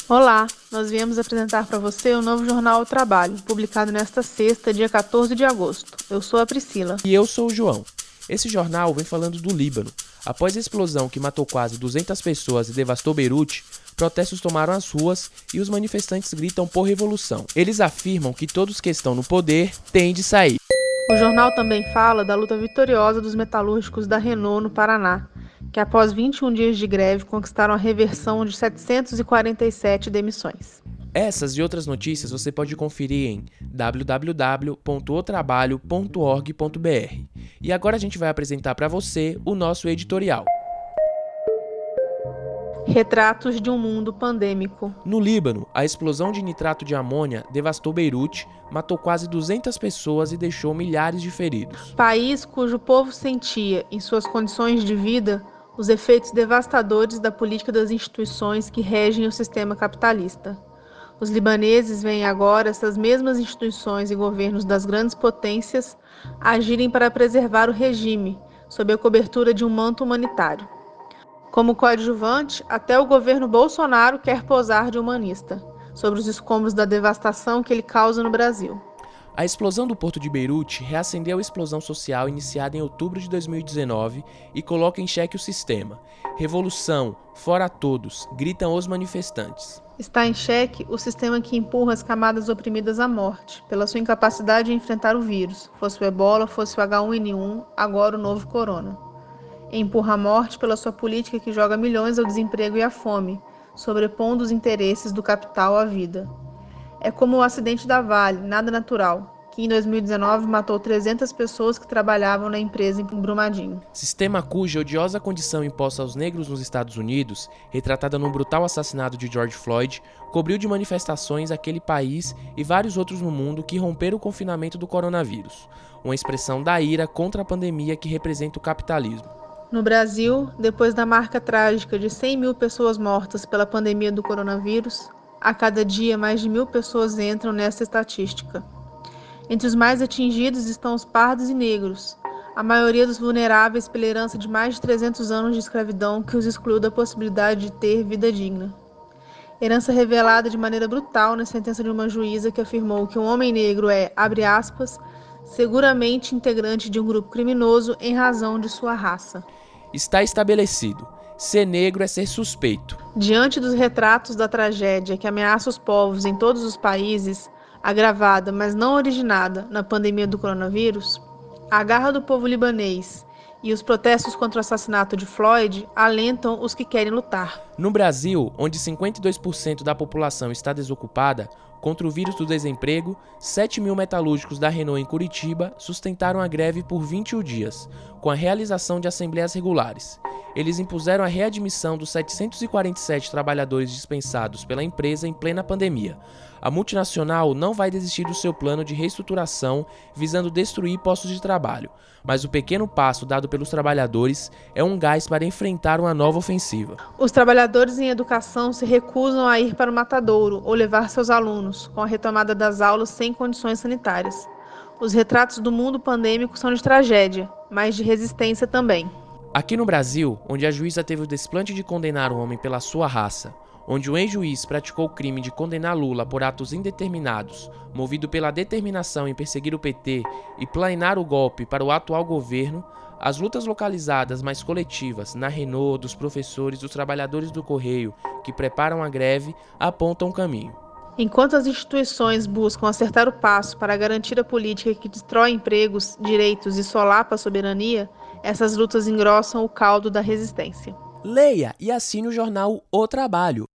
Olá, nós viemos apresentar para você o novo jornal O Trabalho, publicado nesta sexta, dia 14 de agosto. Eu sou a Priscila. E eu sou o João. Esse jornal vem falando do Líbano. Após a explosão que matou quase 200 pessoas e devastou Beirute, protestos tomaram as ruas e os manifestantes gritam por revolução. Eles afirmam que todos que estão no poder têm de sair. O jornal também fala da luta vitoriosa dos metalúrgicos da Renault no Paraná, que após 21 dias de greve conquistaram a reversão de 747 demissões. Essas e outras notícias você pode conferir em www.otrabalho.org.br. E agora a gente vai apresentar para você o nosso editorial. Retratos de um mundo pandêmico. No Líbano, a explosão de nitrato de amônia devastou Beirute, matou quase 200 pessoas e deixou milhares de feridos. País cujo povo sentia, em suas condições de vida, os efeitos devastadores da política das instituições que regem o sistema capitalista. Os libaneses veem agora essas mesmas instituições e governos das grandes potências agirem para preservar o regime, sob a cobertura de um manto humanitário. Como coadjuvante, até o governo Bolsonaro quer posar de humanista, sobre os escombros da devastação que ele causa no Brasil. A explosão do porto de Beirute reacendeu a explosão social iniciada em outubro de 2019 e coloca em xeque o sistema. Revolução, fora todos, gritam os manifestantes. Está em xeque o sistema que empurra as camadas oprimidas à morte, pela sua incapacidade de enfrentar o vírus, fosse o ebola, fosse o H1N1, agora o novo corona. Empurra a morte pela sua política que joga milhões ao desemprego e à fome, sobrepondo os interesses do capital à vida. É como o acidente da Vale, nada natural, que em 2019 matou 300 pessoas que trabalhavam na empresa em Brumadinho. Sistema cuja odiosa condição imposta aos negros nos Estados Unidos, retratada no brutal assassinato de George Floyd, cobriu de manifestações aquele país e vários outros no mundo que romperam o confinamento do coronavírus, uma expressão da ira contra a pandemia que representa o capitalismo. No Brasil, depois da marca trágica de 100 mil pessoas mortas pela pandemia do coronavírus, a cada dia mais de 1.000 pessoas entram nessa estatística. Entre os mais atingidos estão os pardos e negros, a maioria dos vulneráveis pela herança de mais de 300 anos de escravidão que os excluiu da possibilidade de ter vida digna. Herança revelada de maneira brutal na sentença de uma juíza que afirmou que um homem negro é, abre aspas, seguramente integrante de um grupo criminoso em razão de sua raça. Está estabelecido. Ser negro é ser suspeito. Diante dos retratos da tragédia que ameaça os povos em todos os países, agravada, mas não originada, na pandemia do coronavírus, a garra do povo libanês e os protestos contra o assassinato de Floyd alentam os que querem lutar. No Brasil, onde 52% da população está desocupada, contra o vírus do desemprego, 7 mil metalúrgicos da Renault em Curitiba sustentaram a greve por 21 dias, com a realização de assembleias regulares. Eles impuseram a readmissão dos 747 trabalhadores dispensados pela empresa em plena pandemia. A multinacional não vai desistir do seu plano de reestruturação visando destruir postos de trabalho, mas o pequeno passo dado pelos trabalhadores é um gás para enfrentar uma nova ofensiva. Os trabalhadores em educação se recusam a ir para o matadouro ou levar seus alunos, com a retomada das aulas sem condições sanitárias. Os retratos do mundo pandêmico são de tragédia, mas de resistência também. Aqui no Brasil, onde a juíza teve o desplante de condenar um homem pela sua raça, onde o ex-juiz praticou o crime de condenar Lula por atos indeterminados, movido pela determinação em perseguir o PT e planear o golpe para o atual governo, as lutas localizadas mais coletivas na Renault, dos professores, dos trabalhadores do Correio que preparam a greve, apontam um caminho. Enquanto as instituições buscam acertar o passo para garantir a política que destrói empregos, direitos e solapa a soberania, essas lutas engrossam o caldo da resistência. Leia e assine o jornal O Trabalho.